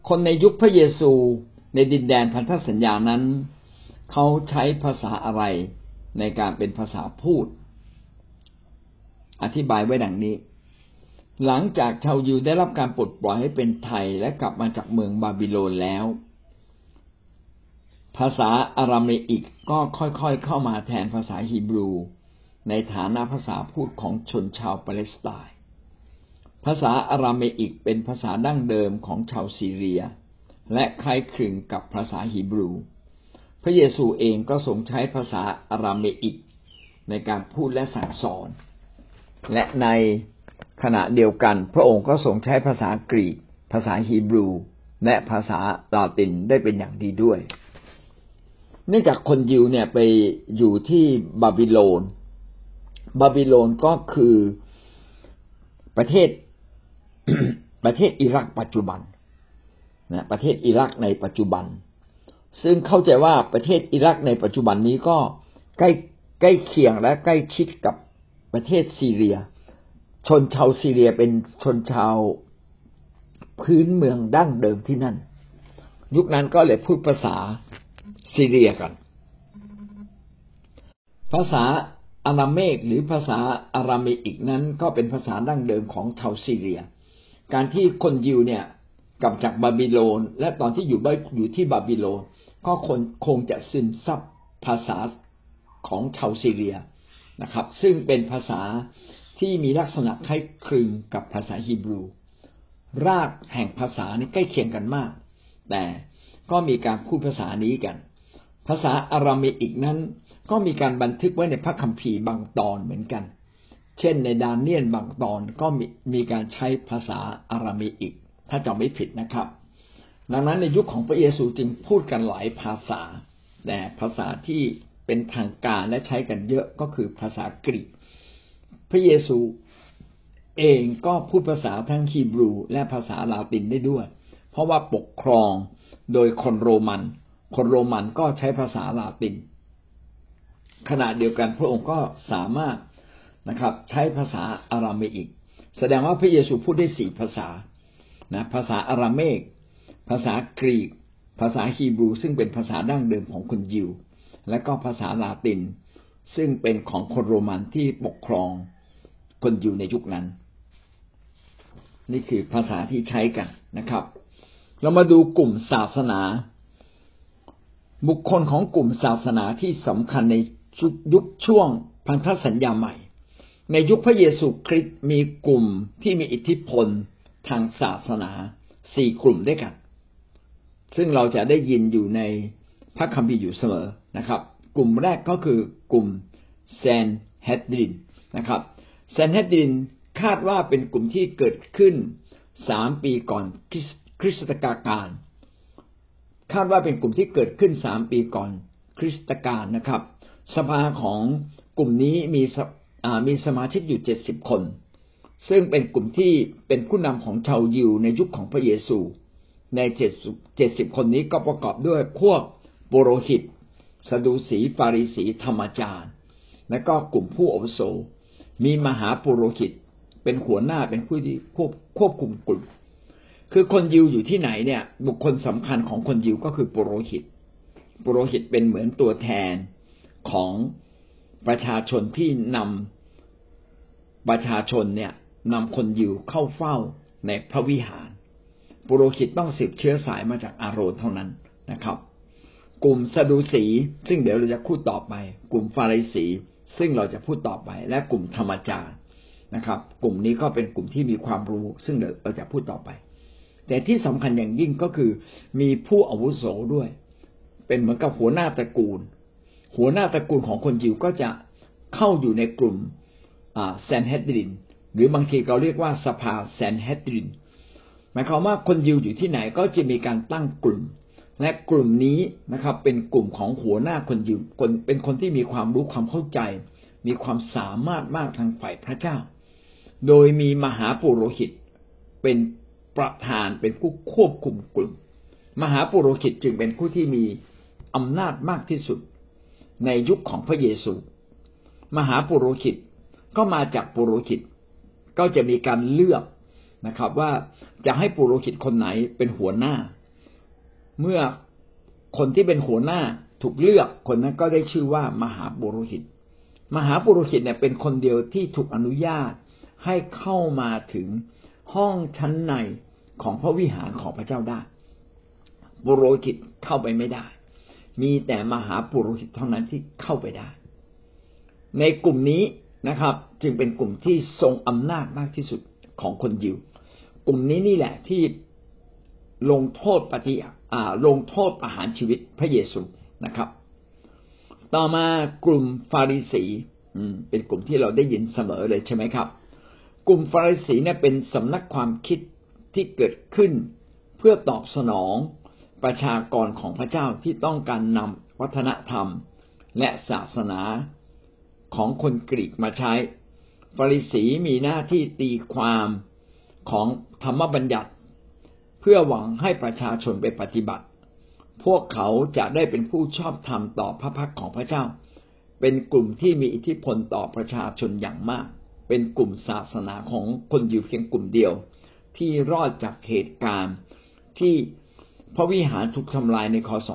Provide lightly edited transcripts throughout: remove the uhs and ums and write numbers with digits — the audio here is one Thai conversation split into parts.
คนในยุคพระเยซูในดินแดนพันธสัญญานั้นเขาใช้ภาษาอะไรในการเป็นภาษาพูดอธิบายไว้ดังนี้หลังจากชาวยิวได้รับการปลดปล่อยให้เป็นไทยและกลับมาจากเมืองบาบิโลนแล้วภาษาอาราเมอิกก็ค่อยๆเข้ามาแทนภาษาฮีบรูในฐานะภาษาพูดของชนชาวปาเลสไตน์ภาษาอาราเมอิกเป็นภาษาดั้งเดิมของชาวซีเรียและคล้ายคลึงกับภาษาฮีบรูพระเยซูเองก็ทรงใช้ภาษาอาราเมอิกในการพูดและสั่งสอนและในขณะเดียวกันพระองค์ก็ทรงใช้ภาษากรีกภาษาฮีบรูและภาษาลาตินได้เป็นอย่างดีด้วยเนื่องจากคนยิวเนี่ยไปอยู่ที่บาบิโลนก็คือประเทศ อิรักปัจจุบันนะประเทศอิรักในปัจจุบันซึ่งเข้าใจว่าประเทศอิรักในปัจจุบันนี้ก็ใกล้เคียงและใกล้ชิดกับประเทศซีเรียชนชาวซีเรียเป็นชนชาวพื้นเมืองดั้งเดิมที่นั่นยุคนั้นก็เลยพูดภาษาซีเรียกันภาษาอาราเมกหรือภาษาอาราเมอิกนั้นก็เป็นภาษาดั้งเดิมของชาวซีเรียการที่คนยิวเนี่ยกลับจากบาบิโลนและตอนที่อยู่ที่บาบิโลนก็คงจะซึมซับภาษาของชาวซีเรียนะครับซึ่งเป็นภาษาที่มีลักษณะคล้ายคลึงกับภาษาฮีบรูรากแห่งภาษานี้ใกล้เคียงกันมากแต่ก็มีการพูดภาษานี้กันภาษาอาราเมอิกนั้นก็มีการบันทึกไว้ในพระคัมภีร์บางตอนเหมือนกันเช่นในดาเนียลบางตอนก็มีการใช้ภาษาอาราเมอิกถ้าจำไม่ผิดนะครับดังนั้นในยุคของพระเยซูจึงพูดกันหลายภาษาแต่ภาษาที่เป็นทางการและใช้กันเยอะก็คือภาษากรีกพระเยซูเองก็พูดภาษาทั้งฮีบรูและภาษาลาตินได้ด้วยเพราะว่าปกครองโดยคนโรมันก็ใช้ภาษาลาตินขณะเดียวกันพระองค์ก็สามารถนะครับใช้ภาษาอาราเมอิกแสดงว่าพระเยซูพูดได้4ภาษานะภาษาอาราเมกภาษากรีกภาษาฮีบรูซึ่งเป็นภาษาดั้งเดิมของคนยิวและก็ภาษาลาตินซึ่งเป็นของคนโรมันที่ปกครองคนยิวในยุคนั้นนี่คือภาษาที่ใช้กันนะครับเรามาดูกลุ่มศาสนาบุคคลของกลุ่มศาสนาที่สำคัญในยุคช่วงพันธสัญญาใหม่ในยุคพระเยซูคริสต์มีกลุ่มที่มีอิทธิพลทางศาสนา4กลุ่มด้วยกันซึ่งเราจะได้ยินอยู่ในพระคัมภีร์อยู่เสมอนะครับกลุ่มแรกก็คือกลุ่มแซนเฮดรินนะครับแซนเฮดรินคาดว่าเป็นกลุ่มที่เกิดขึ้น3ปีก่อนคริสตกาลคาดว่าเป็นกลุ่มที่เกิดขึ้น3ปีก่อนคริสตกาลนะครับสภาของกลุ่มนี้มีสมาชิกอยู่70คนซึ่งเป็นกลุ่มที่เป็นผู้นำของชาวยิวในยุคของพระเยซูใน70คนนี้ก็ประกอบด้วยพวกปุโรหิตสดุสีฟาริสีธรรมจารย์และก็กลุ่มผู้อาวุโสมีมหาปุโรหิตเป็นหัวหน้าเป็นผู้ที่ควบคุมกลุ่มคือคนยิวอยู่ที่ไหนเนี่ยบุคคลสำคัญของคนยิวก็คือปุโรหิตเป็นเหมือนตัวแทนของประชาชนที่นำประชาชนเนี่ยนำคนยิวเข้าเฝ้าในพระวิหารปุโรหิตต้องสืบเชื้อสายมาจากอาโรนเท่านั้นนะครับกลุ่มสดุสีซึ่งเดี๋ยวเราจะพูดต่อไปกลุ่มฟาริสีซึ่งเราจะพูดต่อไปและกลุ่มธรรมจารย์นะครับกลุ่มนี้ก็เป็นกลุ่มที่มีความรู้ซึ่งเดี๋ยวเราจะพูดต่อไปแต่ที่สำคัญอย่างยิ่งก็คือมีผู้อาวุโสด้วยเป็นเหมือนกับหัวหน้าตระกูลของคนยิวก็จะเข้าอยู่ในกลุ่มแซนเฮดรินหรือบางทีเราเรียกว่าสภาแซนเฮดรินหมายความว่าคนยิวอยู่ที่ไหนก็จะมีการตั้งกลุ่มและกลุ่มนี้นะครับเป็นกลุ่มของหัวหน้าคนยิวเป็นคนที่มีความรู้ความเข้าใจมีความสามารถมากทางฝ่ายพระเจ้าโดยมีมหาปุโรหิตเป็นประธานเป็นผู้ควบคุมกลุ่มมหาปุโรหิตจึงเป็นผู้ที่มีอำนาจมากที่สุดในยุคของพระเยซูมหาปุโรหิตก็มาจากปุโรหิตก็จะมีการเลือกนะครับว่าจะให้ปุโรหิตคนไหนเป็นหัวหน้าเมื่อคนที่เป็นหัวหน้าถูกเลือกคนนั้นก็ได้ชื่อว่ามหาปุโรหิตมหาปุโรหิตเนี่ยเป็นคนเดียวที่ถูกอนุญาตให้เข้ามาถึงห้องชั้นในของพระวิหารของพระเจ้าได้ปุโรหิตเข้าไปไม่ได้มีแต่มหาปุโรหิตเท่านั้นที่เข้าไปได้ในกลุ่มนี้นะครับจึงเป็นกลุ่มที่ทรงอำนาจมากที่สุดของคนยิวกลุ่มนี้นี่แหละที่ลงโทษประหารชีวิตพระเยซูนะครับต่อมากลุ่มฟาริสีเป็นกลุ่มที่เราได้ยินเสมอเลยใช่ไหมครับกลุ่มฟาริสีเนี่ยเป็นสำนักความคิดที่เกิดขึ้นเพื่อตอบสนองประชากรของพระเจ้าที่ต้องการนำวัฒนธรรมและศาสนาของคนกรีกมาใช้ฟาริสีมีหน้าที่ตีความของธรรมบัญญัติเพื่อหวังให้ประชาชนไปปฏิบัติพวกเขาจะได้เป็นผู้ชอบธรรมต่อพระพักของพระเจ้าเป็นกลุ่มที่มีอิทธิพลต่อประชาชนอย่างมากเป็นกลุ่มศาสนาของคนยิวเพียงกลุ่มเดียวที่รอดจากเหตุการณ์ที่พระวิหารถูกทำลายในคศ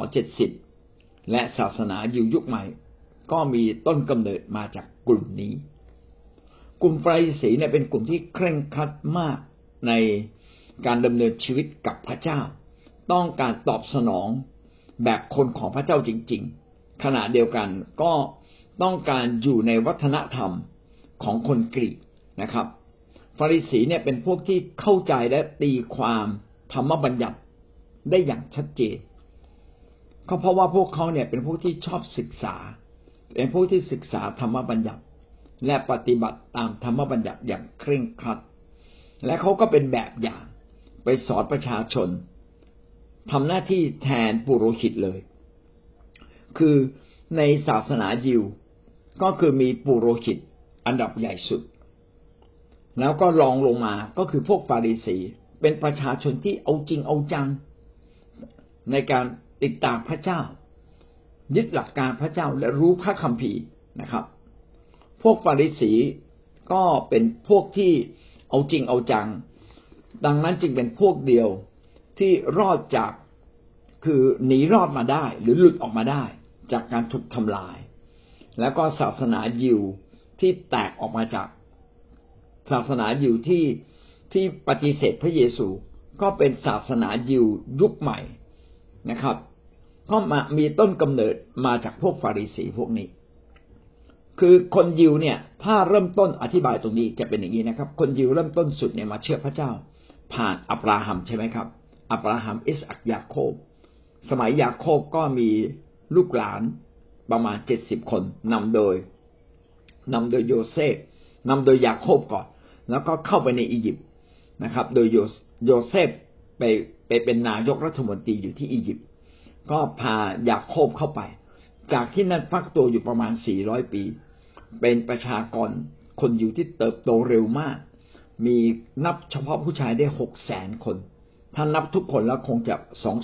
70และศาสนายิวยุคใหม่ก็มีต้นกำเนิดมาจากกลุ่มนี้กลุ่มฟาริสีเนี่ยเป็นกลุ่มที่เคร่งครัดมากในการดำเนินชีวิตกับพระเจ้าต้องการตอบสนองแบบคนของพระเจ้าจริงๆขณะเดียวกันก็ต้องการอยู่ในวัฒนธรรมของคนกรีกนะครับฟาริสีเนี่ยเป็นพวกที่เข้าใจและตีความธรรมบัญญัติได้อย่างชัดเจนก็เพราะว่าพวกเขาเนี่ยเป็นพวกที่ชอบศึกษาเป็นพวกที่ศึกษาธรรมบัญญัติและปฏิบัติตามธรรมบัญญัติอย่างเคร่งครัดและเขาก็เป็นแบบอย่างไปสอนประชาชนทำหน้าที่แทนปุโรหิตเลยคือในศาสนายิวก็คือมีปุโรหิตอันดับใหญ่สุดแล้วก็รองลงมาก็คือพวกฟาริสีเป็นประชาชนที่เอาจริงเอาจังในการติดตามพระเจ้ายึดหลักการพระเจ้าและรู้พระคัมภีร์นะครับพวกฟาริสีก็เป็นพวกที่เอาจริงเอาจังดังนั้นจึงเป็นพวกเดียวที่รอดจากคือหนีรอดมาได้หรือหลุดออกมาได้จากการถูกทำลายแล้วก็ศาสนายิวที่แตกออกมาจากศาสนายิวที่ปฏิเสธพระเยซูก็เป็นศาสนายิวยุคใหม่นะครับก็มีต้นกำเนิดมาจากพวกฟาริสีพวกนี้คือคนยิวเนี่ยถ้าเริ่มต้นอธิบายตรงนี้จะเป็นอย่างนี้นะครับคนยิวเริ่มต้นสุดเนี่ยมาเชื่อพระเจ้าผ่านอับราฮัมใช่ไหมครับอับราฮัมอิสอัคยาโคบสมัยยาโคบก็มีลูกหลานประมาณ70คนนำโดยโยเซฟนำโดยยาโคบก่อนแล้วก็เข้าไปในอียิปต์นะครับโดยโยเซฟไปเป็นนายกรัฐมนตรีอยู่ที่อียิปต์ก็พายาโคบเข้าไปจากที่นั่นฟักตัวอยู่ประมาณ400ปีเป็นประชากรคนอยู่ที่เติบโตเร็วมากมีนับเฉพาะผู้ชายได้ 600,000 คนถ้านับทุกคนแล้วคงจะ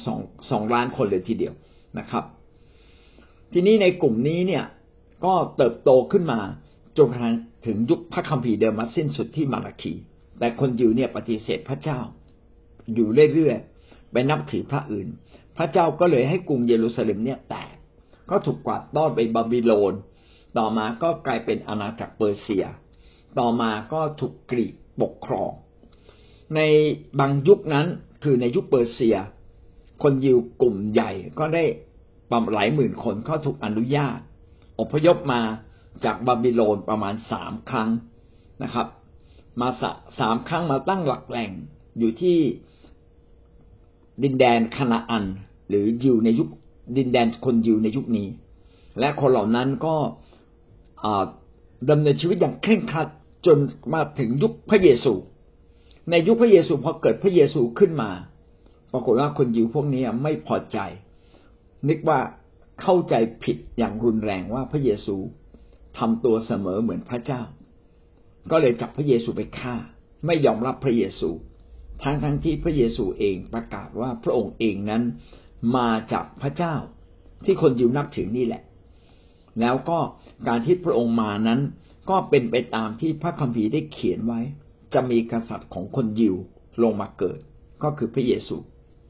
2 ล้านคนเลยทีเดียวนะครับทีนี้ในกลุ่มนี้เนี่ยก็เติบโตขึ้นมาจนกระทั่งถึงยุคพระคัมภีร์เดิมมาสิ้นสุดที่มาราคีแต่คนยิวเนี่ยปฏิเสธพระเจ้าอยู่เรื่อยๆไปนับถือพระอื่นพระเจ้าก็เลยให้กรุงเยรูซาเล็มเนี่ยแตกก็ถูกกวาดต้อนไปบาบิโลนต่อมาก็กลายเป็นอาณาจักรเปอร์เซียต่อมาก็ถูกกรีกปกครองในบางยุคนั้นคือในยุคเปอร์เซียคนยิวกลุ่มใหญ่ก็ได้หลายหมื่นคนเขาถูกอนุญาตอพยพมาจากบาบิโลนประมาณ3 ครั้งนะครับมา3 ครั้งมาตั้งหลักแหล่งอยู่ที่ดินแดนคานาอันหรือยิวในยุคดินแดนคนยิวในยุคนี้และคนเหล่านั้นก็ดำเนินชีวิตอย่างเคร่งครัดจนมาถึงยุคพระเยซูในยุคพระเยซูพอเกิดพระเยซูขึ้นมาปรากฏว่าคนยิวพวกนี้ไม่พอใจนึกว่าเข้าใจผิดอย่างรุนแรงว่าพระเยซูทำตัวเสมอเหมือนพระเจ้าก็เลยจับพระเยซูไปฆ่าไม่ยอมรับพระเยซูทั้งที่พระเยซูเองประกาศว่าพระองค์เองนั้นมาจากพระเจ้าที่คนยิวนับถือนี่แหละแล้วก็การที่พระองค์มานั้นก็เป็นไปตามที่พระคัมภีร์ได้เขียนไว้จะมีกษัตริย์ของคนยิวลงมาเกิดก็คือพระเยซู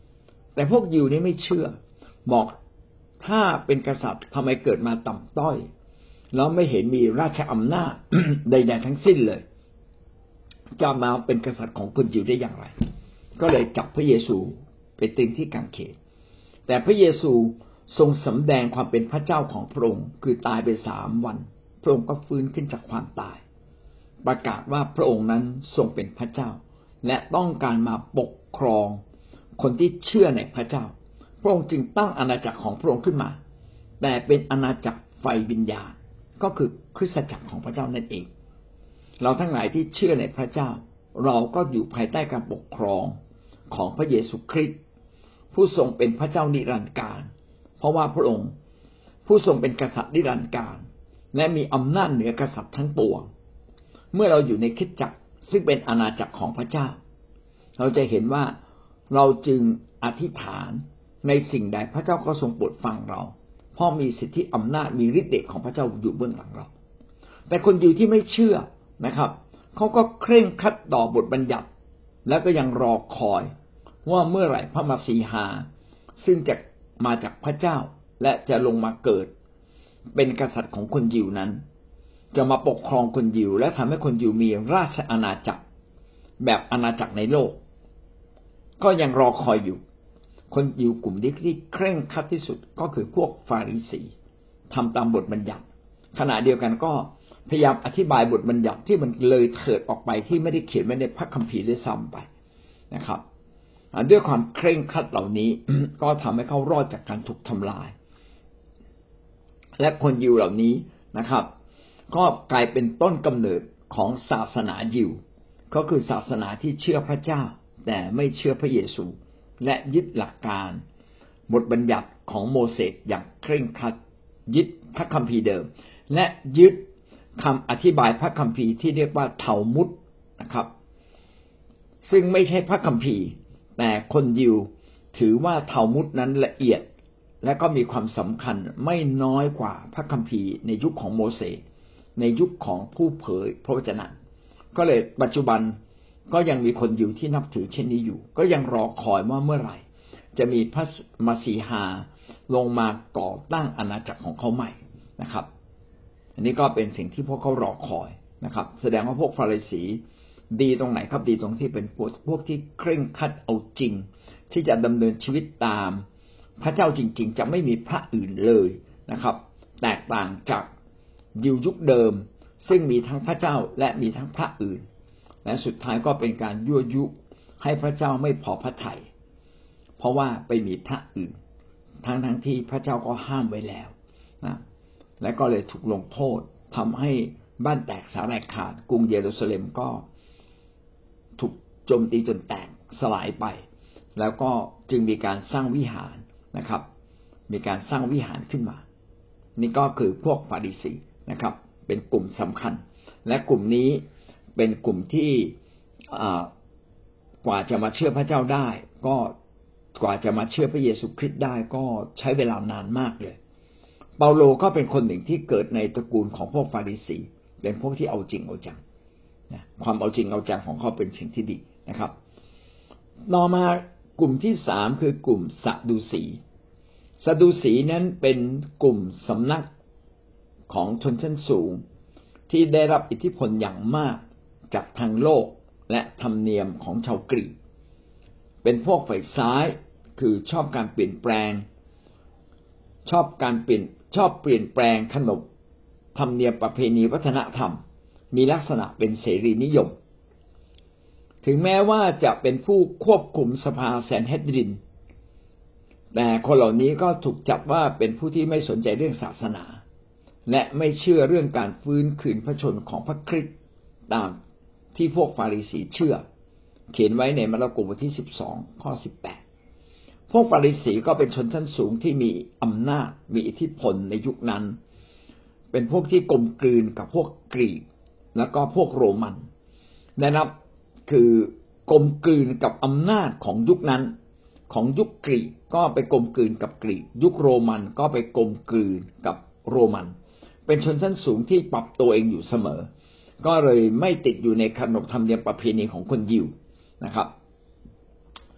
แต่พวกยิวนี่ไม่เชื่อบอกถ้าเป็นกษัตริย์ทำไมเกิดมาต่ำต้อยแล้วไม่เห็นมีราชอำนาจ ใดๆทั้งสิ้นเลยจะมาเป็นกษัตริย์ของคนยิวได้อย่างไรก็เลยจับพระเยซูไปตรึงที่กางเขนแต่พระเยซูทรงสำแดงความเป็นพระเจ้าของพระองค์คือตายไป3 วันพระองค์ก็ฟื้นขึ้นจากความตายประกาศว่าพระองค์นั้นทรงเป็นพระเจ้าและต้องการมาปกครองคนที่เชื่อในพระเจ้าพระองค์จึงตั้งอาณาจักรของพระองค์ขึ้นมาแต่เป็นอาณาจักรไฟวิญญาณก็คือคริสตจักรของพระเจ้านั่นเองเราทั้งหลายที่เชื่อในพระเจ้าเราก็อยู่ภายใต้การปกครองของพระเยซูคริสต์ผู้ทรงเป็นพระเจ้านิรันดร์กาลเพราะว่าพระองค์ผู้ทรงเป็นกษัตริย์นิรันดร์กาลและมีอำนาจเหนือกษัตริย์ทั้งปวงเมื่อเราอยู่ในคริสตจักรซึ่งเป็นอาณาจักรของพระเจ้าเราจะเห็นว่าเราจึงอธิษฐานในสิ่งใดพระเจ้าก็ทรงโปรดฟังเราเพราะมีสิทธิอำนาจมีฤทธิ์เดชของพระเจ้าอยู่เบื้องหลังเราแต่คนยิวที่ไม่เชื่อนะครับเขาก็เคร่งครัดต่อบทบัญญัติและก็ยังรอคอยว่าเมื่อไหร่พระมสีหาซึ่งจะมาจากพระเจ้าและจะลงมาเกิดเป็นกษัตริย์ของคนยิวนั้นจะมาปกครองคนยิวและทำให้คนยิวมีราชอาณาจักรแบบอาณาจักรในโลกก็ยังรอคอยอยู่คนยิวกลุ่มที่เคร่งครัดที่สุดก็คือพวกฟาริสีทำตามบทบัญญัติขณะเดียวกันก็พยายามอธิบายบทบัญญัติที่มันเลยเถิดออกไปที่ไม่ได้เขียนไว้ในพระคัมภีร์ด้วยซ้ำไปนะครับด้วยความเคร่งครัดเหล่านี้ ก็ทำให้เขารอดจากการถูกทำลายและคนยิวเหล่านี้นะครับก็กลายเป็นต้นกำเนิดของศาสนายิวก็คือศาสนาที่เชื่อพระเจ้าแต่ไม่เชื่อพระเยซูและยึดหลักการบทบัญญัติของโมเสสอย่างเคร่งครัดยึดพระคัมภีร์เดิมและยึดคำอธิบายพระคัมภีร์ที่เรียกว่าเทามุดนะครับซึ่งไม่ใช่พระคัมภีร์แต่คนยิวถือว่าเทามุดนั้นละเอียดและก็มีความสำคัญไม่น้อยกว่าพระคัมภีร์ในยุคของโมเสสในยุคของผู้เผยพระวจนะก็เลยปัจจุบันก็ยังมีคนยิวที่นับถือเช่นนี้อยู่ก็ยังรอคอยว่าเมื่อไหร่จะมีพระมสีหาลงมาก่อตั้งอาณาจักรของเขาใหม่นะครับอันนี้ก็เป็นสิ่งที่พวกเขารอคอยนะครับแสดงว่าพวกฟาริสีดีตรงไหนครับดีตรงที่เป็นพวกที่เคร่งครัดเอาจริงที่จะดำเนินชีวิตตามพระเจ้าจริงๆจะไม่มีพระอื่นเลยนะครับแตกต่างจากยิวยุคเดิมซึ่งมีทั้งพระเจ้าและมีทั้งพระอื่นและสุดท้ายก็เป็นการยั่วยุให้พระเจ้าไม่พอพระทัยเพราะว่าไปมีพระอื่นทั้งที่พระเจ้าก็ห้ามไว้แล้วนะและก็เลยถูกลงโทษทำให้บ้านแตกสาแหรกขาดกรุงเยรูซาเล็มก็ถูกโจมตีจนแตกสลายไปแล้วก็จึงมีการสร้างวิหารนะครับมีการสร้างวิหารขึ้นมานี่ก็คือพวกฟาริสีนะครับเป็นกลุ่มสำคัญและกลุ่มนี้เป็นกลุ่มที่กว่าจะมาเชื่อพระเจ้าได้ก็กว่าจะมาเชื่อพระเยซูคริสต์ได้ก็ใช้เวลานานมากเลยเปาโลก็เป็นคนหนึ่งที่เกิดในตระกูลของพวกฟาริสีเป็นพวกที่เอาจริงเอาจังนะความเอาจริงเอาจังของเขาเป็นสิ่งที่ดีนะครับต่อมากลุ่มที่3คือกลุ่มซาดูสีซาดูสีนั้นเป็นกลุ่มสำนักของชนชั้นสูงที่ได้รับอิทธิพลอย่างมากจากทางโลกและธรรมเนียมของชาวกรีกเป็นพวกฝ่ายซ้ายคือชอบการเปลี่ยนแปลงชอบเปลี่ยนแปลงขนบธรรมเนียมประเพณีวัฒนธรรมมีลักษณะเป็นเสรีนิยมถึงแม้ว่าจะเป็นผู้ควบคุมสภาแซนเฮดรินแต่คนเหล่านี้ก็ถูกจับว่าเป็นผู้ที่ไม่สนใจเรื่องศาสนาและไม่เชื่อเรื่องการฟื้นคืนพระชนม์ของพระคริสต์ตามที่พวกฟาริสีเชื่อเขียนไว้ในมาระโกบทที่12ข้อ18พวกฟาริสีก็เป็นชนชั้นสูงที่มีอำนาจมีอิทธิพลในยุคนั้นเป็นพวกที่กลมกลืนกับพวกกรีกแล้วก็พวกโรมันนะครับคือกลมกลืนกับอำนาจของยุคนั้นของยุคกรีกก็ไปกลมกลืนกับกรีกยุคโรมันก็ไปกลมกลืนกับโรมันเป็นชนชั้นสูงที่ปรับตัวเองอยู่เสมอก็เลยไม่ติดอยู่ในขนบธรรมเนียมประเพณีของคนยิวนะครับ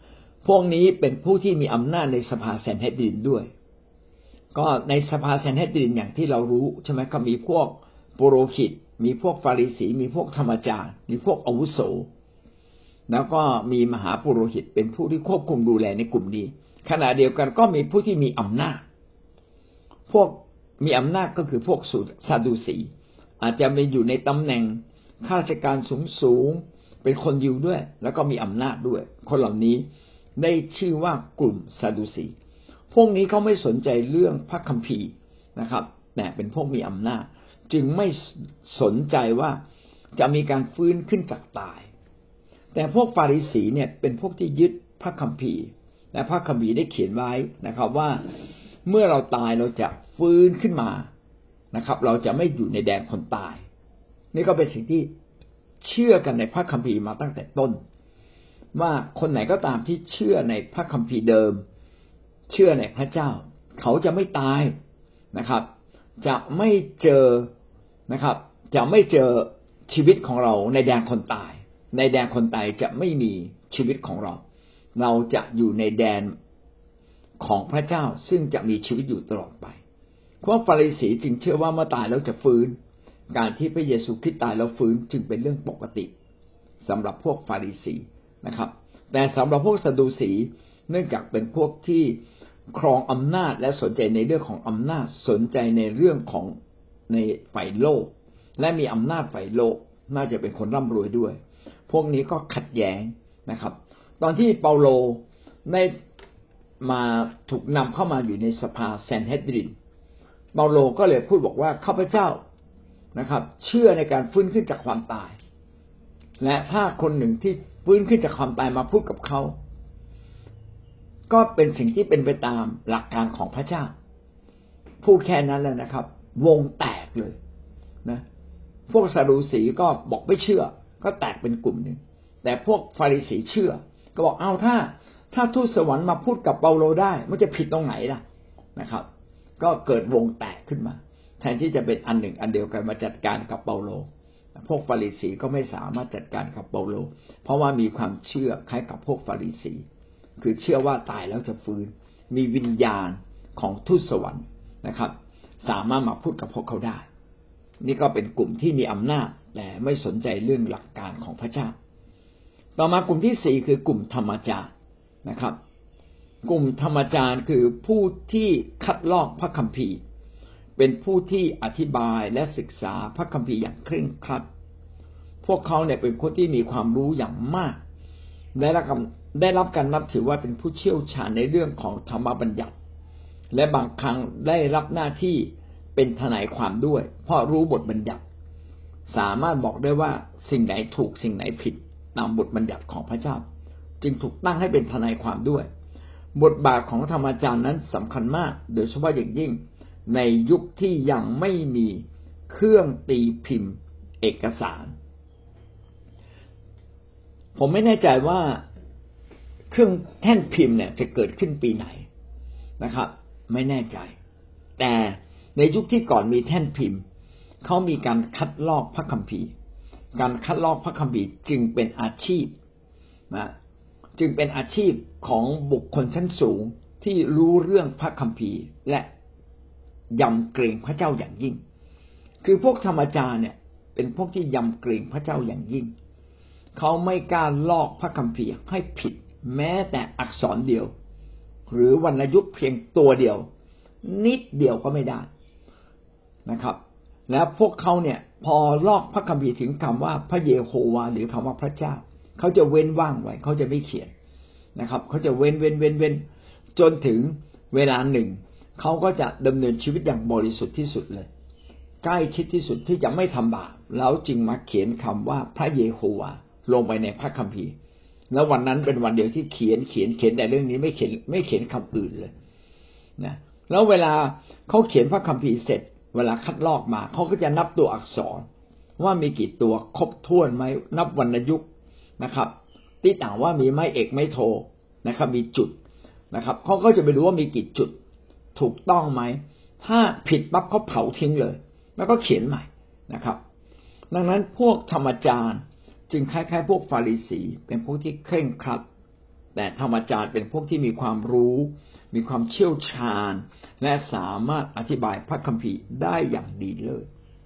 พวกนี้เป็นผู้ที่มีอำนาจในสภาแซนเฮดรินด้วยก็ในสภาแซนเฮดรินอย่างที่เรารู้ใช่ไหมก็มีพวกปุโรหิตมีพวกฟาริสีมีพวกธรรมจารย์มีพวกอาวุโสแล้วก็มีมหาปุโรหิตเป็นผู้ที่ควบคุมดูแลในกลุ่มนี้ขณะเดียวกันก็มีผู้ที่มีอำนาจพวกมีอำนาจก็คือพวกซาดูสีอาจจะมีอยู่ในตำแหน่งข้าราชการสูงเป็นคนยิวด้วยแล้วก็มีอำนาจด้วยคนเหล่านี้ได้ชื่อว่ากลุ่มซาดูสีพวกนี้เขาไม่สนใจเรื่องพระคัมภีร์นะครับแต่เป็นพวกมีอำนาจจึงไม่สนใจว่าจะมีการฟื้นขึ้นจากตายแต่พวกฟาริสีเนี่ยเป็นพวกที่ยึดพระคัมภีร์และพระคัมภีร์ได้เขียนไว้นะครับว่าเมื่อเราตายเราจะฟื้นขึ้นมานะครับเราจะไม่อยู่ในแดนคนตายนี่ก็เป็นสิ่งที่เชื่อกันในพระคัมภีร์มาตั้งแต่ต้นว่าคนไหนก็ตามที่เชื่อในพระคัมภีร์เดิมเชื่อในพระเจ้าเขาจะไม่ตายนะครับจะไม่เจอนะครับจะไม่เจอชีวิตของเราในแดนคนตายในแดนคนตายจะไม่มีชีวิตของเราเราจะอยู่ในแดนของพระเจ้าซึ่งจะมีชีวิตอยู่ตลอดไปพวกฟาริสีจึงเชื่อว่าเมื่อตายแล้วจะฟื้นการที่พระเยซูคริสต์ตายแล้วฟื้นจึงเป็นเรื่องปกติสำหรับพวกฟาริสีนะครับแต่สำหรับพวกซาดูสีเนื่องจากเป็นพวกที่ครองอำนาจและสนใจในเรื่องของอำนาจสนใจในเรื่องของในฝ่ายโลกและมีอำนาจฝ่ายโลกน่าจะเป็นคนร่ำรวยด้วยพวกนี้ก็ขัดแย้งนะครับตอนที่เปาโลได้มาถูกนำเข้ามาอยู่ในสภาแซนเฮดรินเปาโลก็เลยพูดบอกว่าข้าพเจ้านะครับเชื่อในการฟื้นขึ้นจากความตายและถ้าคนหนึ่งที่ฟื้นขึ้นจากความตายมาพูดกับเขาก็เป็นสิ่งที่เป็นไปตามหลักการของพระเจ้าพูดแค่นั้นแหละนะครับวงแตกเลยนะพวกซาดูสีก็บอกไม่เชื่อก็แตกเป็นกลุ่มหนึ่งแต่พวกฟาริสีเชื่อก็บอกเอาถ้าทูตสวรรค์มาพูดกับเปาโลได้มันจะผิดตรงไหนล่ะนะครับก็เกิดวงแตกขึ้นมาแทนที่จะเป็นอันหนึ่งอันเดียวกันมาจัดการกับเปาโลพวกฟาริสีก็ไม่สามารถจัดการกับเปาโลเพราะว่ามีความเชื่อคล้ายกับพวกฟาริสีคือเชื่อว่าตายแล้วจะฟื้นมีวิญญาณของทูตสวรรค์นะครับสามารถมาพูดกับพวกเขาได้นี่ก็เป็นกลุ่มที่มีอำนาจแต่ไม่สนใจเรื่องหลักการของพระเจ้าต่อมากลุ่มที่สี่คือกลุ่มธรรมจารย์นะครับกลุ่มธรรมจารย์คือผู้ที่คัดลอกพระคัมภีร์เป็นผู้ที่อธิบายและศึกษาพระคัมภีร์อย่างเคร่งครัดพวกเขาเนี่ยเป็นคนที่มีความรู้อย่างมากได้รับการนับถือว่าเป็นผู้เชี่ยวชาญในเรื่องของธรรมบัญญัติและบางครั้งได้รับหน้าที่เป็นทนายความด้วยเพราะรู้บทบัญญัติสามารถบอกได้ว่าสิ่งไหนถูกสิ่งไหนผิดตามบทบัญญัติของพระเจ้าจึงถูกตั้งให้เป็นทนายความด้วยบทบาทของธรรมจารย์นั้นสำคัญมากโดยเฉพาะอย่างยิ่งในยุคที่ยังไม่มีเครื่องตีพิมพ์เอกสารผมไม่แน่ใจว่าเครื่องแท่นพิมพ์เนี่ยจะเกิดขึ้นปีไหนนะครับไม่แน่ใจแต่ในยุคที่ก่อนมีแท่นพิมพ์เขามีการคัดลอกพระคัมภีร์การคัดลอกพระคัมภีร์จึงเป็นอาชีพนะจึงเป็นอาชีพของบุคคลชั้นสูงที่รู้เรื่องพระคัมภีร์และยำเกรงพระเจ้าอย่างยิ่งคือพวกธรรมจารย์เนี่ยเป็นพวกที่ยำเกรงพระเจ้าอย่างยิ่งเขาไม่กล้าลอกพระคัมภีร์ให้ผิดแม้แต่อักษรเดียวหรือวรรณยุกต์เพียงตัวเดียวนิดเดียวก็ไม่ได้นะครับแล้วพวกเขาเนี่ยพอลอกพระคัมภีร์ถึงคำว่าพระเยโฮวาหรือคำว่าพระเจ้าเขาจะเว้นว่างไว้เขาจะไม่เขียนนะครับเขาจะเว้นจนถึงเวลาหนึ่งเขาก็จะดำเนินชีวิตอย่างบริสุทธิ์ที่สุดเลยใกล้ชิดที่สุดที่จะไม่ทำบาปแล้วจึงมาเขียนคำว่าพระเยโฮวาลงไปในพระคัมภีร์แล้ววันนั้นเป็นวันเดียวที่เขียนแต่เรื่องนี้ไม่เขียนคำอื่นเลยนะแล้วเวลาเขาเขียนพระคัมภีร์เสร็จเวลาคัดลอกมาเขาก็จะนับตัวอักษรว่ามีกี่ตัวครบถ้วนไหมนับวรรณยุกต์นะครับที่ต่างว่ามีไม้เอกไม้โทนะครับมีจุดนะครับเขาก็จะไปดูว่ามีกี่จุดถูกต้องไหมถ้าผิดปั๊บเขาเผาทิ้งเลยแล้วก็เขียนใหม่นะครับดังนั้นพวกธรรมจารย์จึงคล้ายๆพวกฟาริสีเป็นพวกที่เคร่งครัดแต่ธรรมจารย์เป็นพวกที่มีความรู้มีความเชี่ยวชาญและสามารถอธิบายพระคัมภีร์ได้อย่างดีเลิศ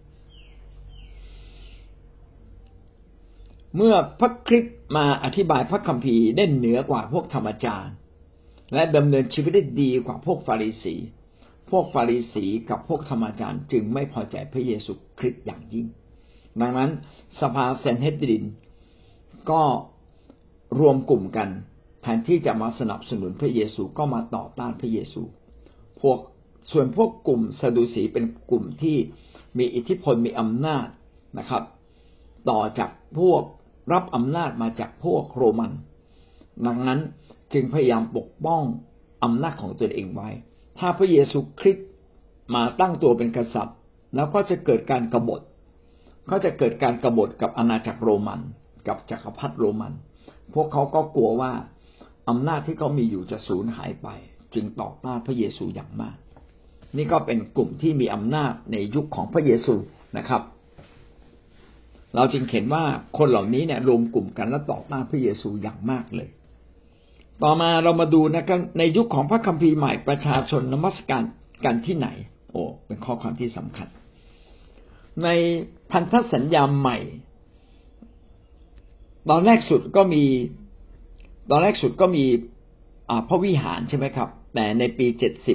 เมื่อพระคริสต์มาอธิบายพระคัมภีร์ได้เหนือกว่าพวกธรรมจารย์และดำเนินชีวิตได้ดีกว่าพวกฟาริสีกับพวกธรรมจารย์จึงไม่พอใจพระเยซูคริสต์อย่างยิ่งดังนั้นสภาแซนเฮดรินก็รวมกลุ่มกันแทนที่จะมาสนับสนุนพระเยซูก็มาต่อต้านพระเยซูส่วนพวกกลุ่มซาดูสีเป็นกลุ่มที่มีอิทธิพลมีอำนาจนะครับต่อจากพวกรับอำนาจมาจากพวกโรมันดังนั้นจึงพยายามปกป้องอำนาจของตนเองไว้ถ้าพระเยซูคริสต์มาตั้งตัวเป็นกษัตริย์แล้วก็จะเกิดการกบฏกับอาณาจักรโรมันกับจักรพรรดิโรมันพวกเขาก็กลัวว่าอำนาจที่เขามีอยู่จะสูญหายไปจึงต่อต้านพระเยซูอย่างมากนี่ก็เป็นกลุ่มที่มีอำนาจในยุคของพระเยซูนะครับเราจึงเห็นว่าคนเหล่านี้เนี่ยรวมกลุ่มกันและต่อต้านพระเยซูอย่างมากเลยต่อมาเรามาดูนะครับในยุคของพระคัมภีร์ใหม่ประชาชนนมัสการกันที่ไหนเป็นข้อความที่สำคัญในพันธสัญญาใหม่ตอนแรกสุดก็มีพระวิหารใช่ไหมครับแต่ในปี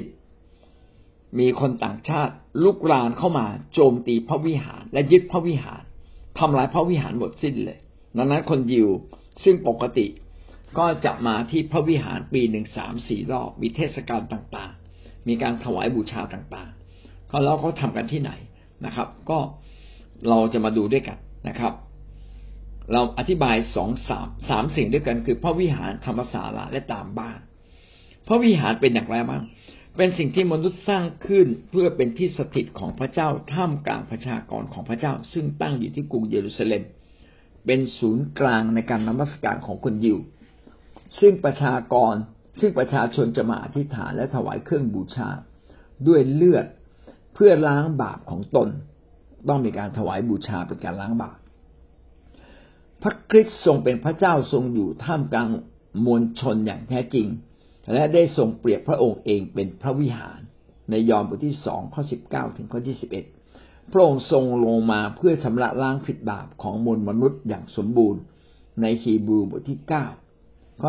70มีคนต่างชาติลุกรานเข้ามาโจมตีพระวิหารและยึดพระวิหารทำลายพระวิหารหมดสิ้นเลยดังนั้นคนยิวซึ่งปกติก็จะมาที่พระวิหารปีหนึ่ง 3-4 รอบมีเทศกาลต่างๆมีการถวายบูชาต่างๆแล้วเขาทำกันที่ไหนนะครับก็เราจะมาดูด้วยกันนะครับเราอธิบายสามสิ่งด้วยกันคือพระวิหารธรรมศาลาและตามบ้านพระวิหารเป็นอย่างไรบ้างเป็นสิ่งที่มนุษย์สร้างขึ้นเพื่อเป็นที่สถิตของพระเจ้าท่ามกลางประชากรของพระเจ้าซึ่งตั้งอยู่ที่กรุงเยรูซาเล็มเป็นศูนย์กลางในการนมัสการของคนยิวซึ่งประชาชนจะมาอธิษฐานและถวายเครื่องบูชาด้วยเลือดเพื่อล้างบาปของตนต้องมีการถวายบูชาเป็นการล้างบาปพระคริสต์ทรงเป็นพระเจ้าทรงอยู่ท่ามกลางมวลชนอย่างแท้จริงและได้ทรงเปรียบพระองค์เองเป็นพระวิหารในยอห์นบทที่2ข้อ19ถึงข้อ21พระองค์ทรงลงมาเพื่อชำระล้างผิดบาปของมวลมนุษย์อย่างสมบูรณ์ในฮีบรูบทที่9ข้อ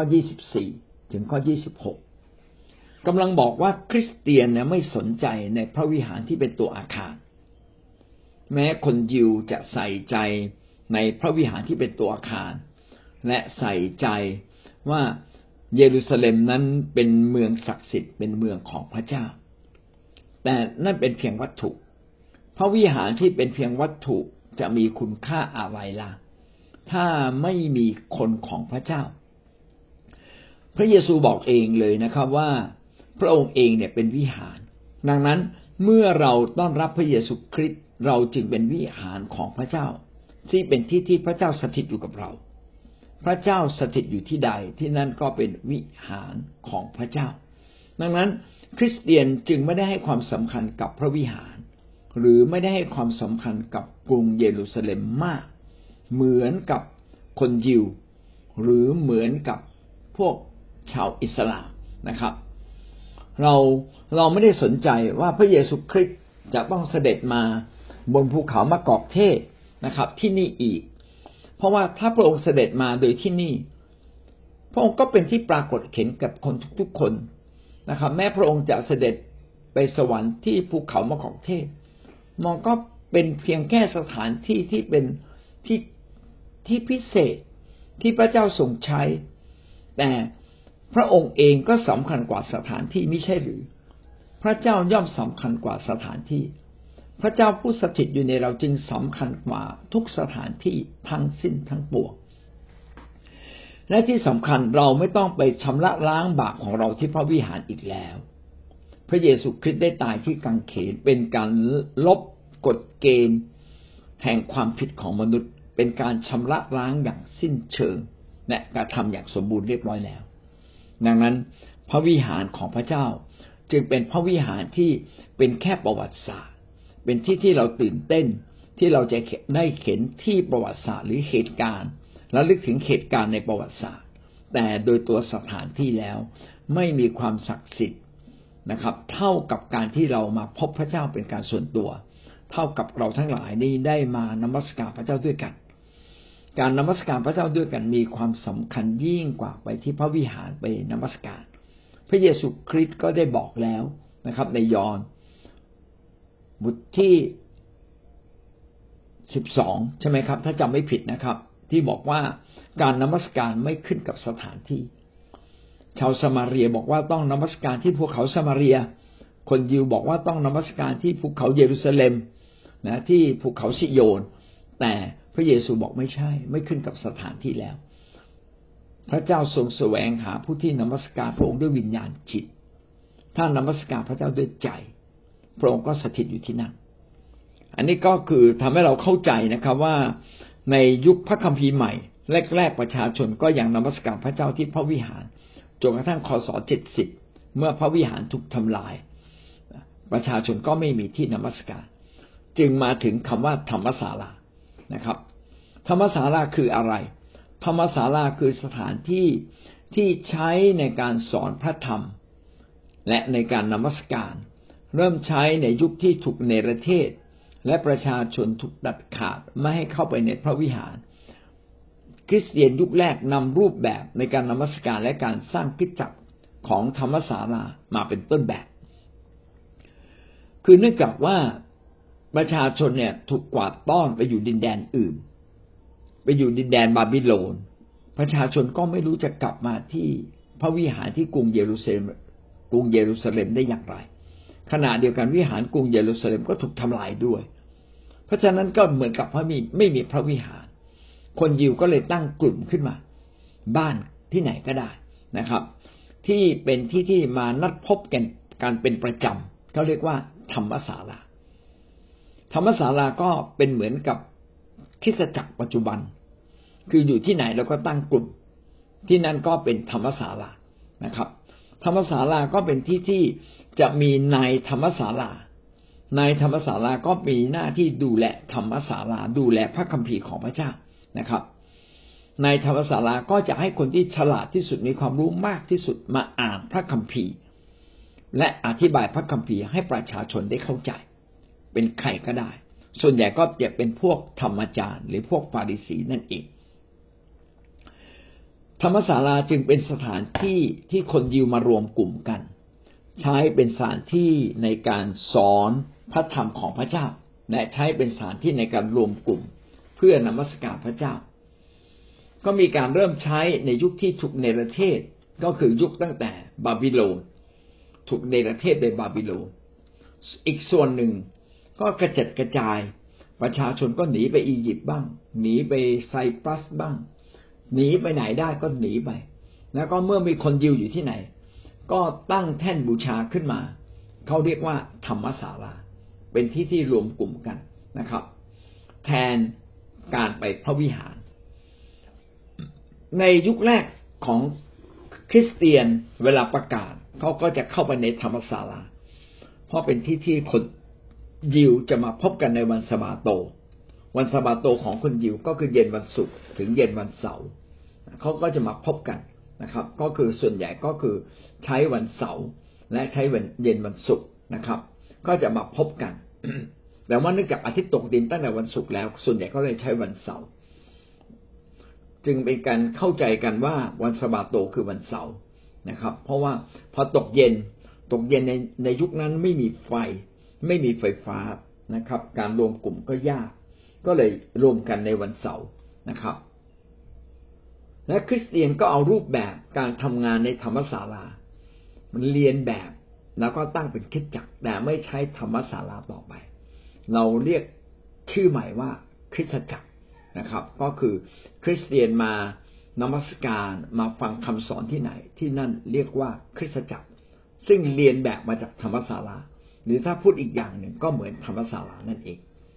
24ถึงข้อ26กำลังบอกว่าคริสเตียนเนี่ยไม่สนใจในพระวิหารที่เป็นตัวอาคารแม้คนยิวจะใส่ใจในพระวิหารที่เป็นตัวอาคารและใส่ใจว่าเยรูซาเล็มนั้นเป็นเมืองศักดิ์สิทธิ์เป็นเมืองของพระเจ้าแต่นั่นเป็นเพียงวัตถุพระวิหารที่เป็นเพียงวัตถุจะมีคุณค่าอะไรล่ะถ้าไม่มีคนของพระเจ้าพระเยซูบอกเองเลยนะครับว่าพระองค์เองเนี่ยเป็นวิหารดังนั้นเมื่อเราต้อนรับพระเยซูคริสต์เราจึงเป็นวิหารของพระเจ้าที่เป็นที่ที่พระเจ้าสถิตอยู่กับเราพระเจ้าสถิตอยู่ที่ใดที่นั่นก็เป็นวิหารของพระเจ้าดังนั้นคริสเตียนจึงไม่ได้ให้ความสำคัญกับพระวิหารหรือไม่ได้ให้ความสำคัญกับกรุงเยรูซาเล็มมากเหมือนกับคนยิวหรือเหมือนกับพวกชาวอิสลามนะครับเราไม่ได้สนใจว่าพระเยซูคริสต์จะต้องเสด็จมาบนภูเขามะกอกเทศนะครับที่นี่อีกเพราะว่าถ้าพระองค์เสด็จมาโดยที่นี่พระองค์ก็เป็นที่ปรากฏเห็นกับคนทุกๆคนนะครับแม้พระองค์จะเสด็จไปสวรรค์ที่ภูเขามะกอกเทศมันก็เป็นเพียงแค่สถานที่ที่เป็นที่พิเศษที่พระเจ้าทรงใช้แต่พระองค์เองก็สำคัญกว่าสถานที่ไม่ใช่หรือพระเจ้าย่อมสำคัญกว่าสถานที่พระเจ้าผู้สถิตอยู่ในเราจึงสำคัญกว่าทุกสถานที่ทั้งสิ้นทั้งปวงและที่สำคัญเราไม่ต้องไปชำระล้างบาปของเราที่พระวิหารอีกแล้วพระเยซูคริสต์ได้ตายที่กางเขนเป็นการลบกฎเกณฑ์แห่งความผิดของมนุษย์เป็นการชำระล้างอย่างสิ้นเชิงและกระทำอย่างสมบูรณ์เรียบร้อยแล้วดังนั้นพระวิหารของพระเจ้าจึงเป็นพระวิหารที่เป็นแค่ประวัติศาสตร์เป็นที่เราตื่นเต้นที่เราจะได้เห็นที่ประวัติศาสตร์หรือเหตุการณ์และลึกถึงเหตุการณ์ในประวัติศาสตร์แต่โดยตัวสถานที่แล้วไม่มีความศักดิ์สิทธิ์นะครับเท่ากับการที่เรามาพบพระเจ้าเป็นการส่วนตัวเท่ากับเราทั้งหลายนี้ได้มานมัสการพระเจ้าด้วยกันการนมัสการพระเจ้าด้วยกันมีความสำคัญยิ่งกว่าไปที่พระวิหารไปนมัสการพระเยซูคริสต์ก็ได้บอกแล้วนะครับในยอห์นบทที่12ใช่ไหมครับถ้าจำไม่ผิดนะครับที่บอกว่าการนมัสการไม่ขึ้นกับสถานที่ชาวสมาเรียบอกว่าต้องนมัสการที่ภูเขาสมาเรียคนยิวบอกว่าต้องนมัสการที่ภูเขาเยรูซาเล็มนะที่ภูเขาซิโยนแต่พระเยซูบอกไม่ใช่ไม่ขึ้นกับสถานที่แล้วพระเจ้าทรงแสวงหาผู้ที่นมัสการพระองค์ด้วยวิญญาณจิตถ้านมัสการพระเจ้าด้วยใจพระองค์ก็สถิตอยู่ที่นั่นอันนี้ก็คือทำให้เราเข้าใจนะครับว่าในยุคพระคัมภีร์ใหม่แรกๆประชาชนก็ยังนมัสการพระเจ้าที่พระวิหารจนกระทั่งคศ70เมื่อพระวิหารถูกทำลายประชาชนก็ไม่มีที่นมัสการจึงมาถึงคำว่าธรรมศาลานะครับธรรมศาลาคืออะไรธรรมศาลาคือสถานที่ที่ใช้ในการสอนพระธรรมและในการนมัสการเริ่มใช้ในยุคที่ถูกเนรเทศและประชาชนถูกตัดขาดไม่ให้เข้าไปในพระวิหารคริสเตียนยุคแรกนำรูปแบบในการนมัสการและการสร้างคริสตจักรของธรรมศาลามาเป็นต้นแบบคือเนื่องจากว่าประชาชนเนี่ยถูกกวาดต้อนไปอยู่ดินแดนอื่นไปอยู่ดินแดนบาบิโลนประชาชนก็ไม่รู้จะกลับมาที่พระวิหารที่กรุงเยรูซาเล็มได้อย่างไรขณะเดียวกันวิหารกรุงเยรูซาเล็มก็ถูกทำลายด้วยเพราะฉะนั้นก็เหมือนกับไม่มีพระวิหารคนยิวก็เลยตั้งกลุ่มขึ้นมาบ้านที่ไหนก็ได้นะครับที่เป็นที่มานัดพบกันเป็นประจำเขาเรียกว่าธรรมศาลาธรรมศาลาก็เป็นเหมือนกับคริสตจักรปัจจุบันคืออยู่ที่ไหนเราก็ตั้งกลุ่มที่นั่นก็เป็นธรรมศาลานะครับธรรมศาลาก็เป็นที่จะมีนายธรรมศาลานายธรรมศาลาก็มีหน้าที่ดูแลธรรมศาลาดูแลพระคัมภีร์ของพระเจ้านะครับนายธรรมศาลาก็จะให้คนที่ฉลาดที่สุดมีความรู้มากที่สุดมาอ่านพระคัมภีร์และอธิบายพระคัมภีร์ให้ประชาชนได้เข้าใจเป็นใครก็ได้ส่วนใหญ่ก็จะเป็นพวกธรรมจารย์หรือพวกฟาริสีนั่นเองธรรมศาลาจึงเป็นสถานที่ที่คนยิวมารวมกลุ่มกันใช้เป็นสถานที่ในการสอนพระธรรมของพระเจ้าและใช้เป็นสถานที่ในการรวมกลุ่มเพื่อนมัสการพระเจ้าก็มีการเริ่มใช้ในยุคที่ถูกเนรเทศก็คือยุคตั้งแต่บาบิโลนถูกเนรเทศโดยบาบิโลนอีกส่วนหนึ่งก็กระจัดกระจายประชาชนก็หนีไปอียิปต์บ้างหนีไปไซปรัสบ้างหนีไปไหนได้ก็หนีไปแล้วก็เมื่อมีคนยิวอยู่ที่ไหนก็ตั้งแท่นบูชาขึ้นมาเขาเรียกว่าธรรมศาลาเป็นที่รวมกลุ่มกันนะครับแทนการไปพระวิหารในยุคแรกของคริสเตียนเวลาประกาศเขาก็จะเข้าไปในธรรมศาลาเพราะเป็นที่คนยิวจะมาพบกันในวันสะบาโตวันสะบาโตของคนยิวก็คือเย็นวันศุกร์ถึงเย็นวันเสาร์เขาก็จะมาพบกันนะครับก็คือส่วนใหญ่ก็คือใช้วันเสาร์และใช้วันเย็นวันศุกร์นะครับก็จะมาพบกัน แต่ว่าเนื่องจากอาทิตย์ตกดินตั้งแต่วันศุกร์แล้วส่วนใหญ่ก็เลยใช้วันเสาร์จึงเป็นการเข้าใจกันว่าวันสะบาโตคือวันเสาร์นะครับเพราะว่าพอตกเย็นในยุคนั้นไม่มีไฟไม่มีไฟฟ้านะครับการรวมกลุ่มก็ยากก็เลยรวมกันในวันเสาร์นะครับและคริสเตียนก็เอารูปแบบการทำงานในธรรมศาลามันเรียนแบบแล้วก็ตั้งเป็นคริสตจักรแต่ไม่ใช้ธรรมศาลาต่อไปเราเรียกชื่อใหม่ว่าคริสตจักรนะครับก็คือคริสเตียนมานมัสการมาฟังคำสอนที่ไหนที่นั่นเรียกว่าคริสตจักรซึ่งเรียนแบบมาจากธรรมศาลาหรือถ้าพูดอีกอย่างหนึ่งก็เหมือนธรรมศาลานั่นเอง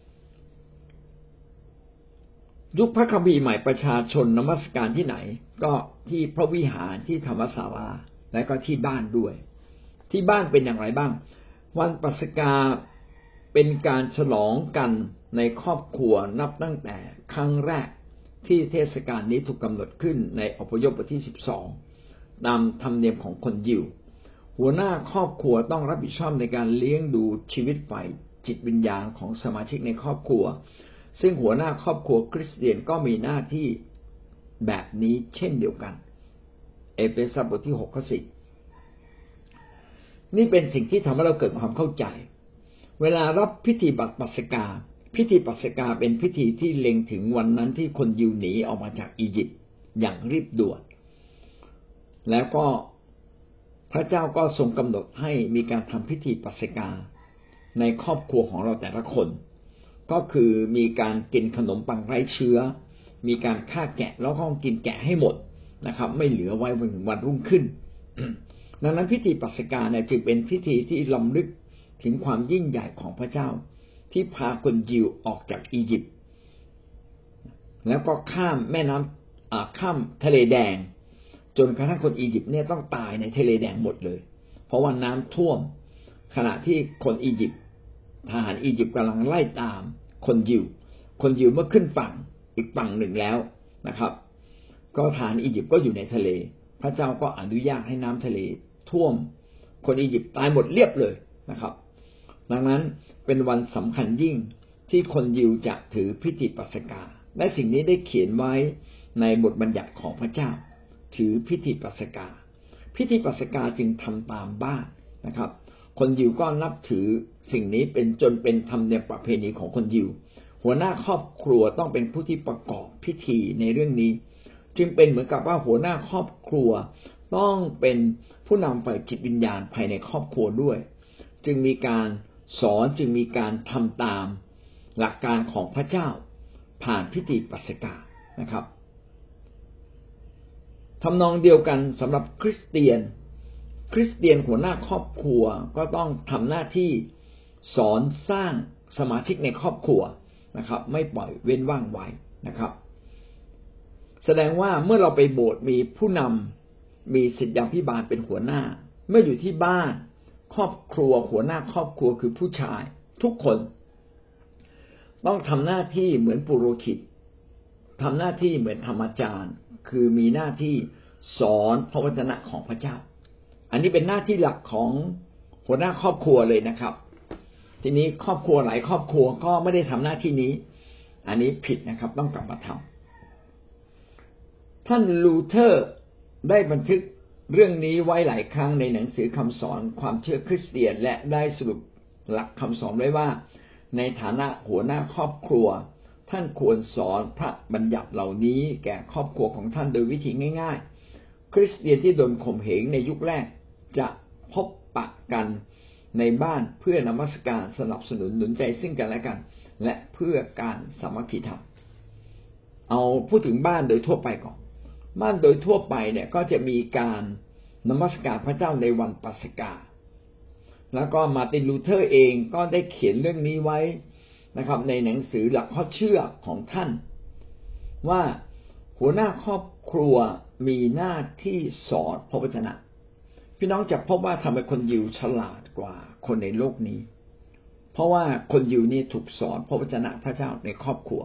ยุคพระคัมภีร์ใหม่ประชาชนนมัสการที่ไหนก็ที่พระวิหารที่ธรรมศาลาและก็ที่บ้านด้วยที่บ้านเป็นอย่างไรบ้างวันปัสกาเป็นการฉลองกันในครอบครัวนับตั้งแต่ครั้งแรกที่เทศกาลนี้ถูกกำหนดขึ้นในอพยพบทที่12ตามธรรมเนียมของคนยิวหัวหน้าครอบครัวต้องรับผิดชอบในการเลี้ยงดูชีวิตฝ่ายจิตวิญญาณของสมาชิกในครอบครัวซึ่งหัวหน้าครอบครัวคริสเตียนก็มีหน้าที่แบบนี้เช่นเดียวกันเอเฟซัสบทที่6 ข้อ 4นี่เป็นสิ่งที่ทำให้เราเกิดความเข้าใจเวลารับพิธีบัพติศกาพิธีบัพติศกาเป็นพิธีที่เล็งถึงวันนั้นที่คนยิวหนีออกมาจากอียิปต์อย่างรีบด่วนแล้วก็พระเจ้าก็ทรงกำหนดให้มีการทำพิธีบัพติศกาในครอบครัวของเราแต่ละคนก็คือมีการกินขนมปังไร้เชื้อมีการฆ่าแกะแล้วก็กินแกะให้หมดนะครับไม่เหลือไว้ถึงวันรุ่งขึ้น ดังนั้นพิธีบัพติศกาเนี่ยจึงเป็นพิธีที่รำลึกถึงความยิ่งใหญ่ของพระเจ้าที่พาคนยิวออกจากอียิปต์แล้วก็ข้ามแม่น้ำข้ามทะเลแดงจนกระทั่งคนอียิปต์เนี่ยต้องตายในทะเลแดงหมดเลยเพราะว่าน้ำท่วมขณะที่คนอียิปต์ทหารอียิปต์กำลังไล่ตามคนยิวเมื่อขึ้นฝั่งอีกฝั่งหนึ่งแล้วนะครับก็ทหารอียิปต์ก็อยู่ในทะเลพระเจ้าก็อนุญาตให้น้ำทะเลท่วมคนอียิปต์ตายหมดเรียบเลยนะครับดังนั้นเป็นวันสำคัญยิ่งที่คนยิวจะถือพิธีปัสกาและสิ่งนี้ได้เขียนไว้ในบทบัญญัติของพระเจ้าถือพิธีปัสกาจึงทำตามบ้านนะครับคนยิวก็นับถือสิ่งนี้เป็นจนเป็นธรรมเนียมประเพณีของคนยิวหัวหน้าครอบครัวต้องเป็นผู้ที่ประกอบพิธีในเรื่องนี้จึงเป็นเหมือนกับว่าหัวหน้าครอบครัวต้องเป็นผู้นำฝ่ายจิตวิญญาณภายในครอบครัวด้วยจึงมีการสอนจึงมีการทำตามหลักการของพระเจ้าผ่านพิธีปัสกานะครับทำนองเดียวกันสำหรับคริสเตียนหัวหน้าครอบครัวก็ต้องทำหน้าที่สอนสร้างสมาชิกในครอบครัวนะครับไม่ปล่อยเว้นว่างไว้นะครับแสดงว่าเมื่อเราไปโบสถ์มีผู้นำมีศิษยาภิบาลเป็นหัวหน้าเมื่ออยู่ที่บ้านครอบครัวหัวหน้าครอบครัวคือผู้ชายทุกคนต้องทำหน้าที่เหมือนปุโรหิตทำหน้าที่เหมือนธรรมอาจารย์คือมีหน้าที่สอนพระวจนะของพระเจ้าอันนี้เป็นหน้าที่หลักของหัวหน้าครอบครัวเลยนะครับทีนี้ครอบครัวหลายครอบครัวก็ไม่ได้ทำหน้าที่นี้อันนี้ผิดนะครับต้องกลับมาทำท่านลูเทอร์ได้บันทึกเรื่องนี้ไว้หลายครั้งในหนังสือคำสอนความเชื่อคริสเตียนและได้สรุปหลักคำสอนไว้ว่าในฐานะหัวหน้าครอบครัวท่านควรสอนพระบัญญัติเหล่านี้แก่ครอบครัวของท่านโดยวิธีง่ายๆคริสเตียนที่โดนข่มเหงในยุคแรกจะพบปะกันในบ้านเพื่อนมัสการสนับสนุนหนุนใจซึ่งกันและกันและเพื่อการสามัคคีธรรมเอาพูดถึงบ้านโดยทั่วไปก่อนบ้านโดยทั่วไปเนี่ยก็จะมีการนมัสการพระเจ้าในวันปัสกาแล้วก็มาร์ตินลูเทอร์เองก็ได้เขียนเรื่องนี้ไว้นะครับในหนังสือหลักข้อเชื่อของท่านว่าหัวหน้าครอบครัวมีหน้าที่สอนพระวจนะพี่น้องจะพบว่าทำไมคนยิวฉลาดกว่าคนในโลกนี้เพราะว่าคนยิวนี่ถูกสอนพระวจนะพระเจ้าในครอบครัว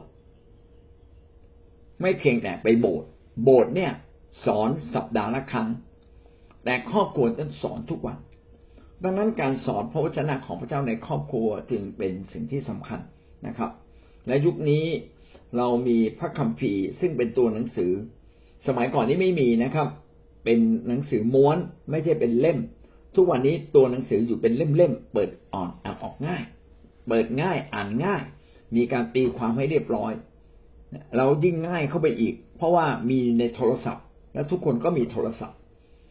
ไม่เพียงแต่ไปโบสถ์เนี่ยสอนสัปดาห์ละครั้งแต่ครอบครัวต้องสอนทุกวันดังนั้นการสอนพระวจนะของพระเจ้าในครอบครัวจึงเป็นสิ่งที่สำคัญนะครับและยุคนี้เรามีพระคัมภีร์ซึ่งเป็นตัวหนังสือสมัยก่อนนี้ไม่มีนะครับเป็นหนังสือม้วนไม่ใช่เป็นเล่มทุกวันนี้ตัวหนังสืออยู่เป็นเล่มๆเปิดอ่านออกง่ายเปิดง่ายอ่านง่ายมีการตีความให้เรียบร้อยเรายิ่งง่ายเข้าไปอีกเพราะว่ามีในโทรศัพท์และทุกคนก็มีโทรศัพท์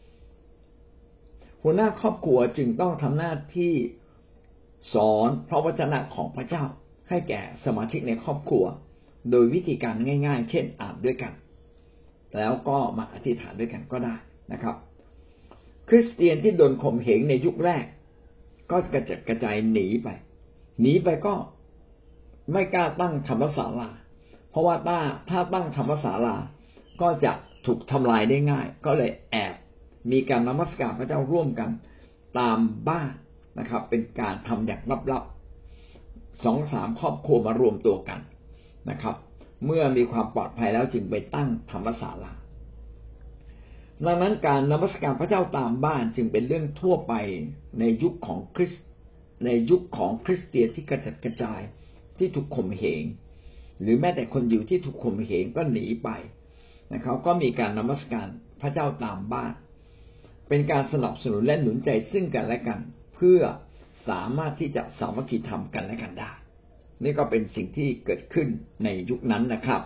หัวหน้าครอบครัวจึงต้องทำหน้าที่สอนพระวจนะของพระเจ้าให้แก่สมาชิกในครอบครัวโดยวิธีการง่ายๆเช่นอ่านด้วยกันแล้วก็มาอธิษฐานด้วยกันก็ได้นะครับคริสเตียนที่โดนข่มเหงในยุคแรกก็กระจัดกระจายหนีไปก็ไม่กล้าตั้งธรรมศาลาเพราะว่าถ้าตั้งธรรมศาลาก็จะถูกทำลายได้ง่ายก็เลยแอบมีการนมัสการพระเจ้าร่วมกันตามบ้านนะครับเป็นการทำอย่างลับๆ 2-3 ครอบครัวมารวมตัวกันนะครับเมื่อมีความปลอดภัยแล้วจึงไปตั้งธรรมศาลาดังนั้นการนมัสการพระเจ้าตามบ้านจึงเป็นเรื่องทั่วไปในยุคของคริสเตียนที่กระจัดกระจายที่ถูกข่มเหงหรือแม้แต่คนยิวที่ถูกข่มเหงก็หนีไปนะครับก็มีการนมัสการพระเจ้าตามบ้านเป็นการสนับสนุนและหนุนใจซึ่งกันและกันเพื่อสามารถที่จะสามัคคีธรรมกันและกันได้นี่ก็เป็นสิ่งที่เกิดขึ้นในยุคนั้นนะครับ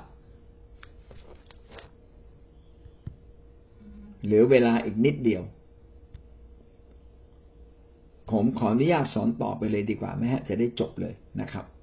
เหลือเวลาอีกนิดเดียวผมขออนุญาตสอนต่อไปเลยดีกว่าไหมฮะจะได้จบเลยนะครับ